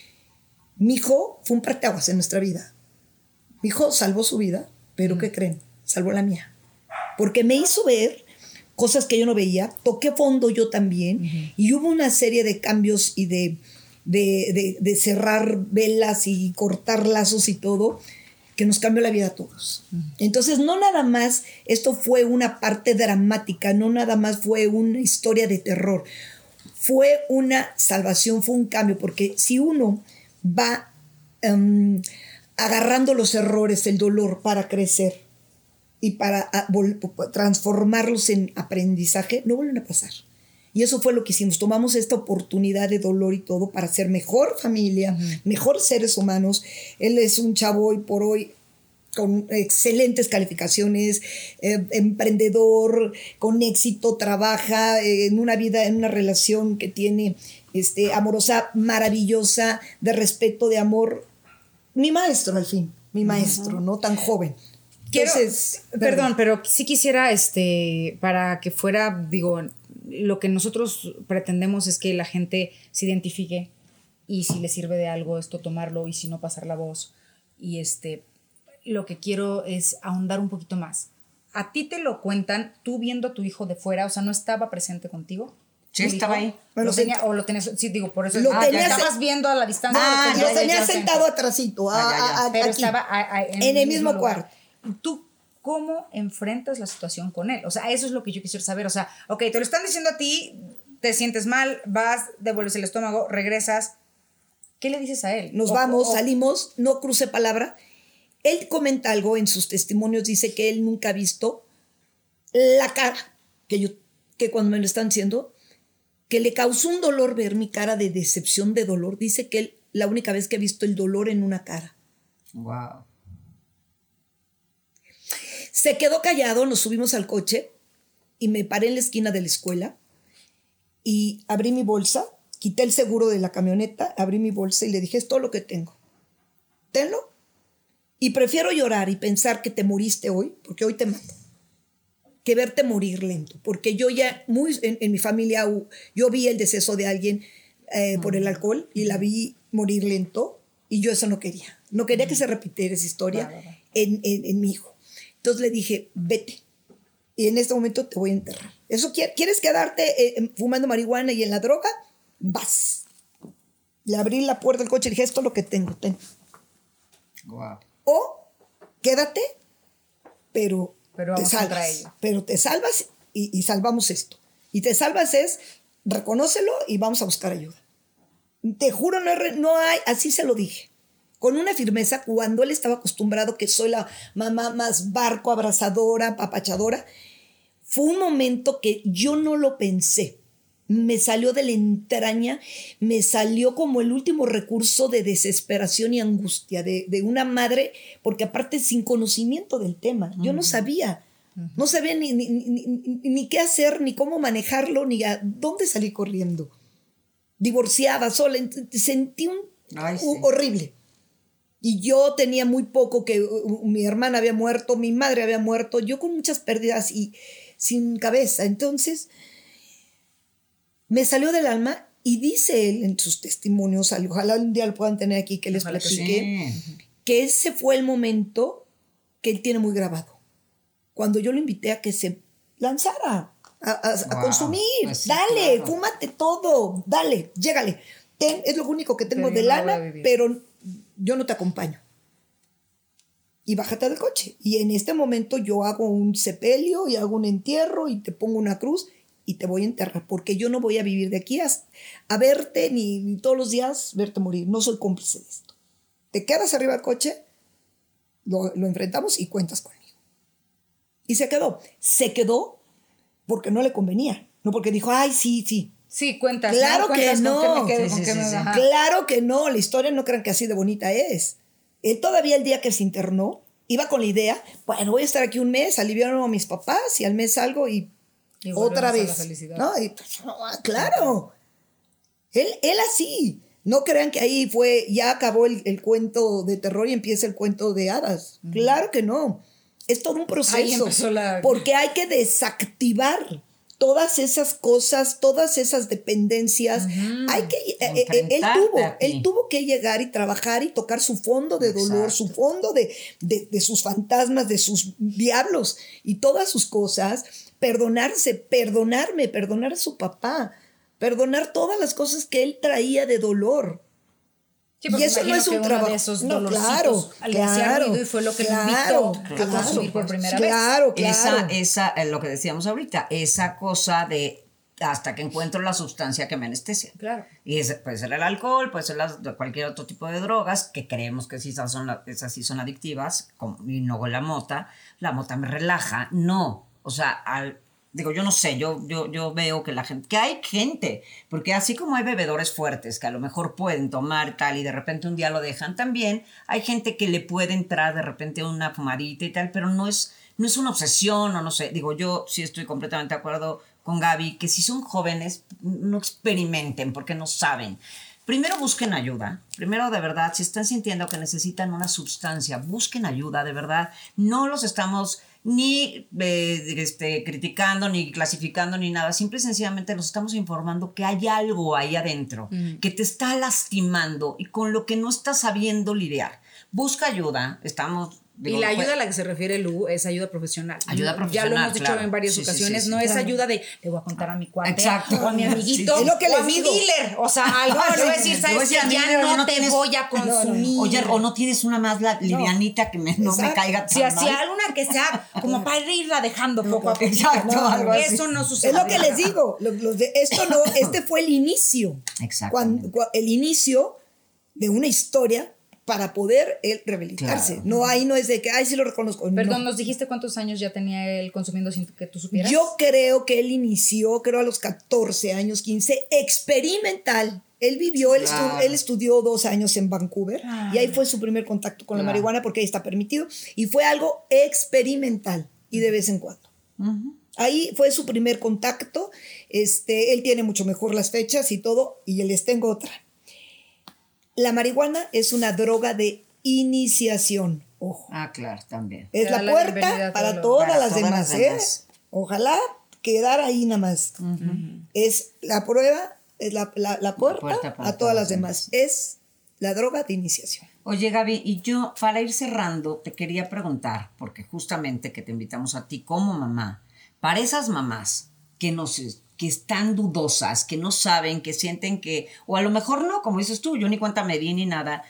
mi hijo fue un parteaguas en nuestra vida. Mi hijo salvó su vida, pero mm. ¿qué creen? Salvó la mía. Porque me hizo ver cosas que yo no veía, toqué fondo yo también, uh-huh. y hubo una serie de cambios y de, de, de, de cerrar velas y cortar lazos y todo, que nos cambió la vida a todos. Uh-huh. Entonces, no nada más esto fue una parte dramática, no nada más fue una historia de terror, fue una salvación, fue un cambio, porque si uno va um, agarrando los errores, el dolor para crecer, y para a, vol, transformarlos en aprendizaje, no vuelven a pasar. Y eso fue lo que hicimos. Tomamos esta oportunidad de dolor y todo para ser mejor familia, uh-huh. mejor seres humanos. Él es un chavo hoy por hoy con excelentes calificaciones, eh, emprendedor, con éxito, trabaja eh, en una vida, en una relación que tiene este, amorosa, maravillosa, de respeto, de amor. Mi maestro, al fin, mi maestro, uh-huh. ¿no? Tan joven. Entonces, Quiero, perdón, pero sí quisiera, este, para que fuera, digo, lo que nosotros pretendemos es que la gente se identifique y si le sirve de algo esto, tomarlo y si no, pasar la voz. Y este, lo que quiero es ahondar un poquito más. ¿A ti te lo cuentan tú viendo a tu hijo de fuera? O sea, ¿no estaba presente contigo? Sí, estaba ahí. Lo tenía, o lo tenías, sí, digo, por eso. Lo ah, tenía, estabas viendo a la distancia. Ah, lo, lo tenía, tenía sentado atrásito. Ah, ya, ya. Pero aquí, estaba a, a, en, en el mismo cuarto. ¿Tú cómo enfrentas la situación con él? O sea, eso es lo que yo quisiera saber. O sea, ok, te lo están diciendo a ti, te sientes mal, vas, devuelves el estómago, regresas. ¿Qué le dices a él? Nos o, vamos, o, salimos, no crucé palabra. Él comenta algo en sus testimonios, dice que él nunca ha visto la cara que yo que cuando me lo están diciendo, que le causó un dolor ver mi cara de decepción, de dolor. Dice que él, la única vez que ha visto el dolor en una cara. Wow. Se quedó callado, nos subimos al coche y me paré en la esquina de la escuela y abrí mi bolsa, quité el seguro de la camioneta, abrí mi bolsa y le dije, es todo lo que tengo. Tenlo. Y prefiero llorar y pensar que te moriste hoy, porque hoy te mato, que verte morir lento. Porque yo ya, muy en, en mi familia, yo vi el deceso de alguien eh, por el alcohol y la vi morir lento y yo eso no quería. No quería que se repitiera esa historia Claro, claro. En, en, en mi hijo. Entonces le dije, vete. Y en este momento te voy a enterrar. ¿Eso quiere, ¿Quieres quedarte eh, fumando marihuana y en la droga? Vas. Le abrí la puerta del coche y dije, esto es lo que tengo. Ten. Wow. O quédate, pero, Pero te vamos contra salvas. ello. Pero te salvas y, y salvamos esto. Y te salvas es, reconócelo y vamos a buscar ayuda. Te juro, no, no hay, así se lo dije. Con una firmeza, cuando él estaba acostumbrado que soy la mamá más barco, abrazadora, apapachadora, fue un momento que yo no lo pensé. Me salió de la entraña, me salió como el último recurso de desesperación y angustia de, de una madre, porque aparte sin conocimiento del tema, yo no sabía, no sabía ni, ni, ni, ni, ni qué hacer, ni cómo manejarlo, ni a dónde salir corriendo. Divorciada, sola, sentí un, Ay, sí. un horrible. Y yo tenía muy poco que uh, mi hermana había muerto, mi madre había muerto, yo con muchas pérdidas y sin cabeza. Entonces, me salió del alma y dice él en sus testimonios, ojalá un día lo puedan tener aquí, que les Ojalá que platique, Sí. que ese fue el momento que él tiene muy grabado. Cuando yo lo invité a que se lanzara a, a, a Wow. consumir. Pues sí, Dale, claro. fúmate todo, dale, llégale. Ten, es lo único que tengo Pero de yo no lo voy a lana, vivir. pero yo no te acompaño. Y bájate del coche. Y en este momento yo hago un sepelio y hago un entierro y te pongo una cruz y te voy a enterrar, porque yo no voy a vivir de aquí a, a verte ni, ni todos los días verte morir. No soy cómplice de esto. Te quedas arriba del coche, lo, lo enfrentamos y cuentas conmigo. Y se quedó. Se quedó porque no le convenía. No porque dijo, ay, sí, sí. Sí, cuentas. Claro ¿no? que Cuentas no. ¿Con qué me quedo? Sí, ¿Con sí, qué sí, me- sí. ajá. Claro que no. La historia no crean que así de bonita es. Él todavía el día que se internó iba con la idea, bueno, voy a estar aquí un mes, aliviaron a mis papás y al mes salgo y, Y otra volvemos a la vez. felicidad. ¿No? Y, pues, no, claro. Él, él así. No crean que ahí fue, ya acabó el, el cuento de terror y empieza el cuento de hadas. Uh-huh. Claro que no. Es todo un proceso. Ahí empezó la... Porque hay que desactivar todas esas cosas, todas esas dependencias. Uh-huh. Hay que, eh, eh, él, tuvo, él tuvo que llegar y trabajar y tocar su fondo de dolor, Exacto. su fondo de, de, de sus fantasmas, de sus diablos y todas sus cosas. Perdonarse, perdonarme, perdonar a su papá, perdonar todas las cosas que él traía de dolor. Sí, y eso no es un trabajo. De esos no, claro, le claro, ruido y fue lo que claro, lo invitó claro, a consumir por primera claro, vez. Claro, esa, esa, lo que decíamos ahorita, esa cosa de hasta que encuentro la sustancia que me anestesia. Claro. Y ese, puede ser el alcohol, puede ser la, cualquier otro tipo de drogas, que creemos que sí esas, son, esas sí son adictivas, como, y no la mota. La mota me relaja. No, o sea, al... Digo, yo no sé, yo, yo, yo veo que la gente, que hay gente, porque así como hay bebedores fuertes que a lo mejor pueden tomar tal y de repente un día lo dejan, también hay gente que le puede entrar de repente una fumadita y tal, pero no es, no es una obsesión o no sé. Digo, yo sí estoy completamente de acuerdo con Gaby, que si son jóvenes, no experimenten porque no saben. Primero busquen ayuda, primero de verdad, si están sintiendo que necesitan una sustancia, busquen ayuda, de verdad, no los estamos ni eh, este, criticando, ni clasificando, ni nada, simple y sencillamente los estamos informando que hay algo ahí adentro, mm. que te está lastimando y con lo que no estás sabiendo lidiar. Busca ayuda, estamos... Digo, y la ayuda pues, a la que se refiere Lu es ayuda profesional. Ayuda profesional. Ya lo hemos dicho claro. en varias sí, ocasiones. Sí, sí, no sí, es claro. ayuda de le voy a contar a mi cuate Exacto. o a mi amiguito sí, sí. Es lo que o les a mi digo. dealer. O sea, algo no, le voy a decir, sabes que ya no, no te tienes, voy a consumir. Oye, o no tienes una más la, livianita no. que me, no me caiga tan Si hacía alguna que sea como para irla dejando poco a poco. Exacto. No, algo eso así. no sucede. Es lo que les digo. Los, los de, esto no, este fue el inicio. Exacto. Cuando, el inicio de una historia para poder él rehabilitarse. Claro. No, ahí no es de que, ay, sí lo reconozco. Perdón, no. ¿nos dijiste cuántos años ya tenía él consumiendo sin que tú supieras? Yo creo que él inició, creo a los catorce años, quince, experimental. Él vivió, él, Claro. estu- él estudió dos años en Vancouver Ah. y ahí fue su primer contacto con la Claro. marihuana porque ahí está permitido y fue algo experimental y de vez en cuando. Ujú. Ahí fue su primer contacto. Este, él tiene mucho mejor las fechas y todo y les tengo otra. La marihuana es una droga de iniciación. Ojo. Ah, claro, también. Es Te la da la puerta bienvenida a para todo lo- todas para las todas demás, las ¿eh? demás. Ojalá quedar ahí nada más. Es la prueba, es la, la- la puerta, puerta para a todas las demás. demás. Es la droga de iniciación. Oye, Gaby, y yo, para ir cerrando, te quería preguntar, porque justamente que te invitamos a ti como mamá, para esas mamás que nos que están dudosas, que no saben, que sienten que, o a lo mejor no, como dices tú, yo ni cuenta me di ni nada,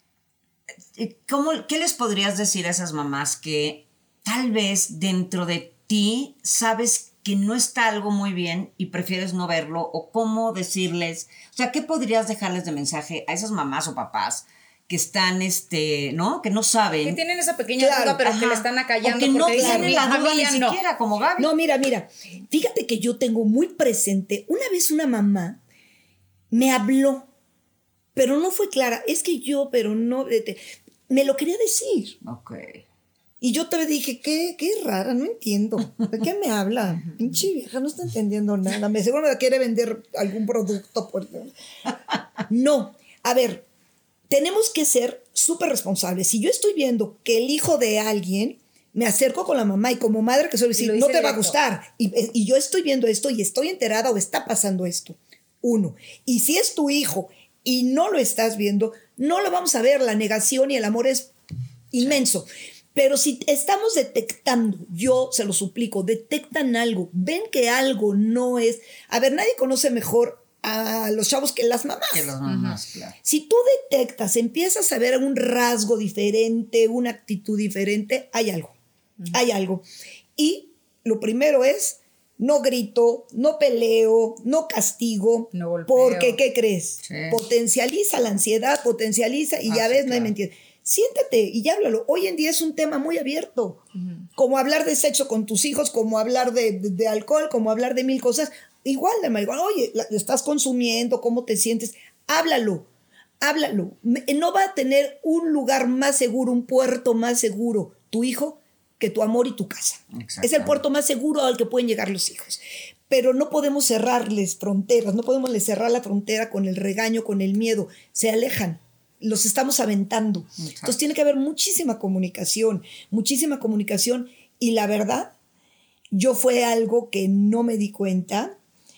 ¿cómo, ¿qué les podrías decir a esas mamás que tal vez dentro de ti sabes que no está algo muy bien y prefieres no verlo? O cómo decirles, o sea, ¿qué podrías dejarles de mensaje a esas mamás o papás que están, este, ¿no? Que no saben. Que tienen esa pequeña Claro, duda, pero Ajá. que le están acallando. O que no porque dicen, tienen "Mi- la a duda mí ni ya no". siquiera, como Gaby. No, mira, mira. Fíjate que yo tengo muy presente, una vez una mamá me habló, pero no fue clara. Es que yo, pero no, eh, te- me lo quería decir. Ok. Y yo te dije, qué, qué rara, no entiendo. ¿De qué me habla? Pinche vieja, no está entendiendo nada. Me seguro me quiere vender algún producto. Por... No, a ver, tenemos que ser súper responsables. Si yo estoy viendo que el hijo de alguien, me acerco con la mamá y como madre que soy, decir, lo no dice te va a directo. gustar. Y, y yo estoy viendo esto y estoy enterada o está pasando esto. Uno. Y si es tu hijo y no lo estás viendo, no lo vamos a ver. La negación y el amor es inmenso. Pero si estamos detectando, yo se lo suplico, detectan algo, ven que algo no es... A ver, nadie conoce mejor a los chavos que las mamás. Que las mamás, claro. Si tú detectas, empiezas a ver un rasgo diferente, una actitud diferente, hay algo, hay algo. Y lo primero es, no grito, no peleo, no castigo, No golpeo. porque, ¿qué crees? Sí. Potencializa la ansiedad, potencializa y Ah, ya sí, ves, no claro. hay mentira. Siéntate y háblalo. Hoy en día es un tema muy abierto. Como hablar de sexo con tus hijos, como hablar de, de, de alcohol, como hablar de mil cosas. Igual de marihuana. Oye, la, estás consumiendo, ¿cómo te sientes? Háblalo, háblalo. No va a tener un lugar más seguro, un puerto más seguro, tu hijo, que tu amor y tu casa. Es el puerto más seguro al que pueden llegar los hijos. Pero no podemos cerrarles fronteras, no podemos les cerrar la frontera con el regaño, con el miedo. Se alejan. Los estamos aventando. Exacto. Entonces tiene que haber muchísima comunicación, muchísima comunicación. Y la verdad, yo fue algo que no me di cuenta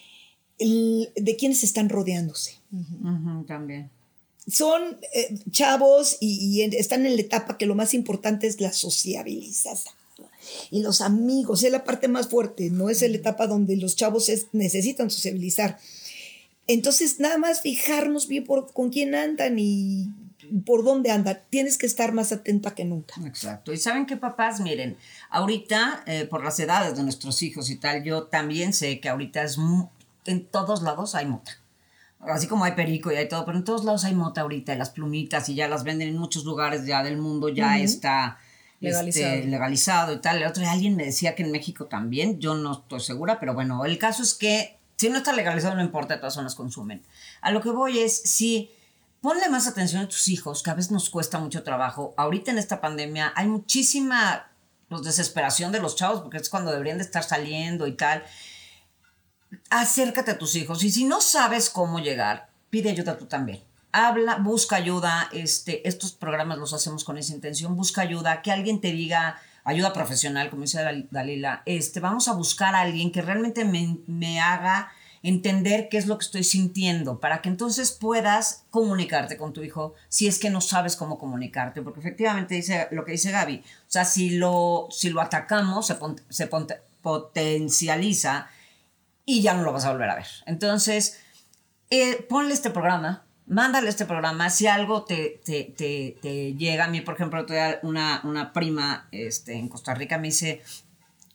el, de quiénes están rodeándose. Uh-huh, también. Son eh, chavos y, y en, están en la etapa que lo más importante es la sociabilización. Y los amigos, es la parte más fuerte, no es la etapa donde los chavos es, necesitan sociabilizar. Entonces, nada más fijarnos bien por, con quién andan y por dónde andan. Tienes que estar más atenta que nunca. Exacto. Y saben qué, papás, miren, ahorita, eh, por las edades de nuestros hijos y tal, yo también sé que ahorita es mu- en todos lados hay mota. Así como hay perico y hay todo, pero en todos lados hay mota ahorita, y las plumitas, y ya las venden en muchos lugares ya del mundo, ya Ujú. está Legalizado. este, legalizado y tal. El otro día alguien me decía que en México también, yo no estoy segura, pero bueno, el caso es que si no está legalizado no importa, todas zonas consumen. A lo que voy es, si ponle más atención a tus hijos, que a veces nos cuesta mucho trabajo. Ahorita en esta pandemia hay muchísima pues, desesperación de los chavos, porque es cuando deberían de estar saliendo y tal. Acércate a tus hijos, y si no sabes cómo llegar, pide ayuda tú también. Habla, busca ayuda. Este, estos programas los hacemos con esa intención. Busca ayuda, que alguien te diga, ayuda profesional, como dice Dal- Dalila. Este, vamos a buscar a alguien que realmente me, me haga entender qué es lo que estoy sintiendo, para que entonces puedas comunicarte con tu hijo si es que no sabes cómo comunicarte, porque efectivamente dice lo que dice Gaby. O sea, si lo, si lo atacamos, se, pon- se pon- potencializa y ya no lo vas a volver a ver. Entonces, eh, ponle este programa, mándale este programa. Si algo te, te, te, te llega, a mí, por ejemplo, una, una prima este, en Costa Rica me dice,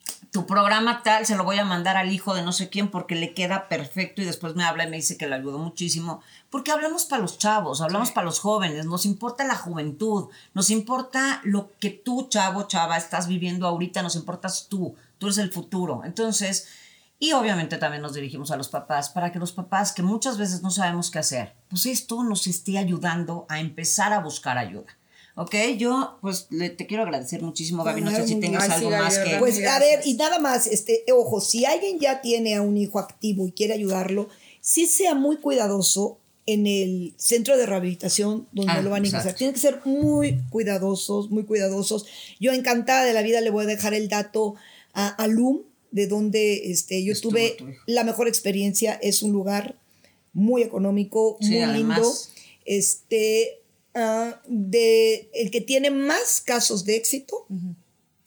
tu programa tal se lo voy a mandar al hijo de no sé quién porque le queda perfecto, y después me habla y me dice que le ayudó muchísimo, porque hablamos para los chavos, hablamos sí. para los jóvenes, nos importa la juventud, nos importa lo que tú, chavo, chava, estás viviendo ahorita, nos importas tú, tú eres el futuro. Entonces, y obviamente también nos dirigimos a los papás, para que los papás, que muchas veces no sabemos qué hacer, pues esto nos esté ayudando a empezar a buscar ayuda. Ok, yo pues le, te quiero agradecer muchísimo, Gaby, no sé si tengas algo sí, más que... Pues a ver, y nada más, este, ojo, si alguien ya tiene a un hijo activo y quiere ayudarlo, sí sea muy cuidadoso en el centro de rehabilitación donde ah, lo van a ingresar. Tienen que ser muy cuidadosos, muy cuidadosos. Yo encantada de la vida le voy a dejar el dato a, a L U M, de donde este, yo Estuvo tuve la mejor experiencia. Es un lugar muy económico, sí, muy además. lindo. Este... Uh, de el que tiene más casos de éxito uh-huh.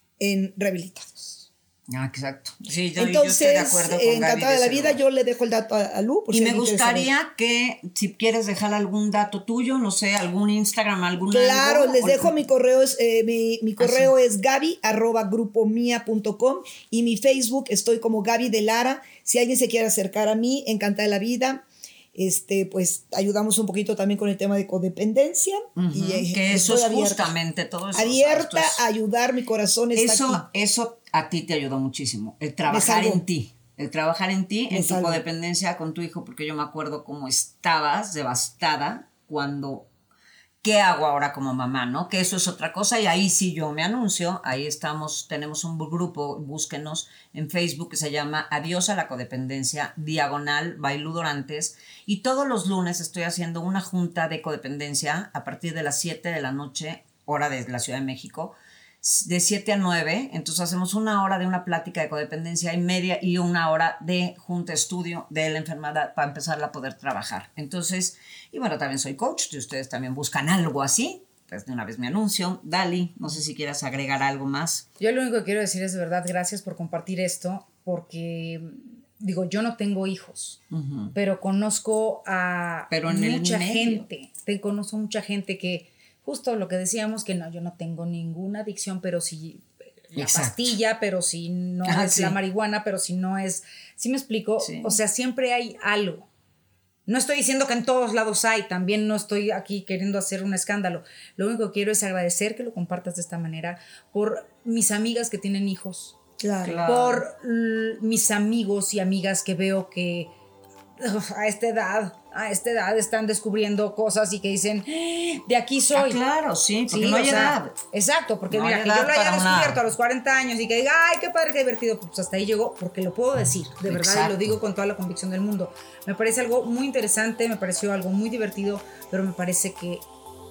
en rehabilitados. Ah, exacto. Sí, yo, Entonces, yo estoy de acuerdo con encantada de la vida, lugar. Yo le dejo el dato a, a Lu. Por y si me gustaría que, si quieres dejar algún dato tuyo, no sé, algún Instagram, algún Claro, algo, les dejo o... mi correo, es, eh, mi, mi correo ah, sí. es gaby arroba grupomia punto com, y mi Facebook estoy como Gaby de Lara. Si alguien se quiere acercar a mí, encantada de la vida. Este, pues ayudamos un poquito también con el tema de codependencia. Uh-huh, y, que eso es abierta, justamente todo eso. Abierta o sea, es, a ayudar, mi corazón está eso, aquí. Eso a ti te ayudó muchísimo, el trabajar en ti, el trabajar en ti, me en salvo. tu codependencia con tu hijo, porque yo me acuerdo cómo estabas devastada cuando... ¿Qué hago ahora como mamá, no? Que eso es otra cosa, y ahí sí yo me anuncio, ahí estamos, tenemos un grupo, búsquenos en Facebook que se llama Adiós a la Codependencia, diagonal by Lu Dorantes, y todos los lunes estoy haciendo una junta de codependencia a partir de las siete de la noche, hora de la Ciudad de México, de siete a nueve, entonces hacemos una hora de una plática de codependencia y media y una hora de junta estudio de la enfermedad para empezar a poder trabajar. Entonces, y bueno, también soy coach, si ustedes también buscan algo así, pues de una vez me anuncio. Dali, no sé si quieras agregar algo más. Yo lo único que quiero decir es de verdad, gracias por compartir esto, porque digo, yo no tengo hijos, uh-huh. pero conozco a pero en mucha gente, te conozco mucha gente que justo lo que decíamos, que no, yo no tengo ninguna adicción, pero si la Exacto. pastilla, pero si no ah, es sí. la marihuana, pero si no es, ¿sí me explico? Sí. O sea, siempre hay algo. No estoy diciendo que en todos lados hay, también no estoy aquí queriendo hacer un escándalo. Lo único que quiero es agradecer que lo compartas de esta manera por mis amigas que tienen hijos, claro. por l- mis amigos y amigas que veo que uf, a esta edad, a esta edad están descubriendo cosas y que dicen, de aquí soy. Ah, claro, sí, porque sí, no hay o sea, edad. Exacto, porque no mira, que yo lo haya descubierto una... a los cuarenta años y que diga, ay, qué padre, qué divertido, pues hasta ahí llegó, porque lo puedo decir, de verdad, Exacto. y lo digo con toda la convicción del mundo. Me parece algo muy interesante, me pareció algo muy divertido, pero me parece que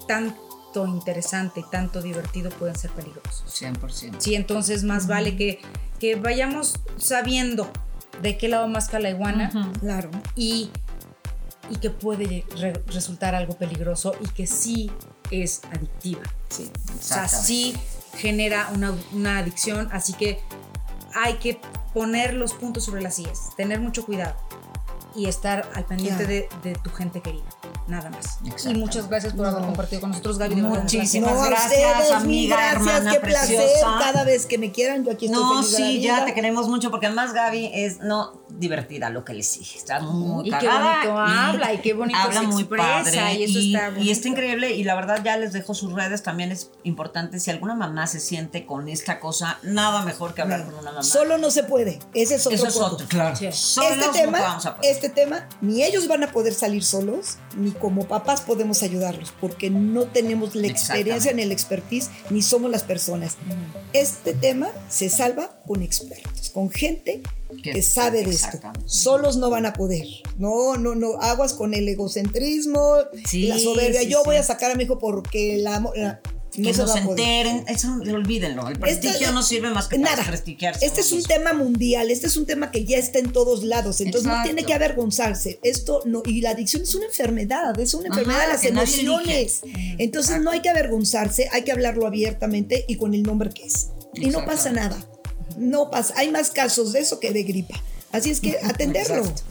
tanto interesante y tanto divertido pueden ser peligrosos. cien por ciento. Sí, entonces más uh-huh. vale que, que vayamos sabiendo de qué lado más la iguana, uh-huh. claro, y y que puede re- resultar algo peligroso y que sí es adictiva. Sí, o sea, sí genera una, una adicción, así que hay que poner los puntos sobre las íes, tener mucho cuidado y estar al pendiente de, de tu gente querida, nada más. Y muchas gracias por no. haber compartido con nosotros, Gaby. Muchísimas no, gracias, ustedes, amiga, gracias, hermana qué preciosa. placer, cada vez que me quieran, yo aquí estoy No, feliz de la sí, vida. ya te queremos mucho, porque además Gaby es, no, divertida lo que le sigue, está muy y cagada. Qué bonito y habla, y qué bonito habla se muy expresa, padre, y eso y, está bonito. Y está increíble, y la verdad ya les dejo sus redes, también es importante, si alguna mamá se siente con esta cosa, nada mejor que hablar no, con una mamá. Solo no se puede, ese es otro Eso es punto. otro, claro. Sí. Este tema, no este tema, ni ellos van a poder salir solos, ni como papás podemos ayudarlos, porque no tenemos la experiencia ni el expertise, ni somos las personas. Mm. Este tema se salva con expertos, con gente que, que sabe de esto. Solos no van a poder. No, no, no, aguas con el egocentrismo, sí, la soberbia. Sí, Yo sí. voy a sacar a mi hijo porque la... la que no, no se enteren, eso olvídenlo, el prestigio Esta, no sirve más que nada, para prestigiarse. Este es un mismo. tema mundial, este es un tema que ya está en todos lados, entonces Exacto. no tiene que avergonzarse. Esto no, y la adicción es una enfermedad, es una enfermedad Ajá, de las emociones. Entonces Exacto. no hay que avergonzarse, hay que hablarlo abiertamente y con el nombre que es. Y no pasa nada. No pasa, hay más casos de eso que de gripa. Así es que atenderlo. Exacto.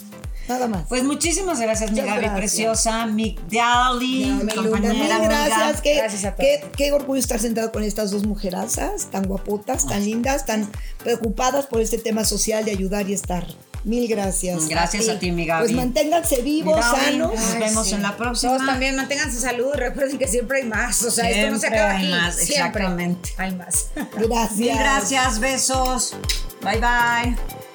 Nada más. Pues muchísimas gracias, mi Muchas Gaby gracias. preciosa, mi Dali, Mi compañera, Luna, mil gracias. amiga. Qué, Gracias a todos. qué, qué orgullo estar sentado con estas dos mujerazas tan guapotas, tan lindas, tan preocupadas por este tema social de ayudar y estar. Mil gracias. Gracias a ti, mi Gaby. Pues manténganse vivos, Mi Gaby, sanos. Nos Ay, vemos sí. en la próxima. Todos también manténganse salud. Recuerden que siempre hay más. O sea, esto no se Siempre acaba hay aquí. más, Siempre exactamente. hay más. Gracias. Mil gracias, besos. Bye bye.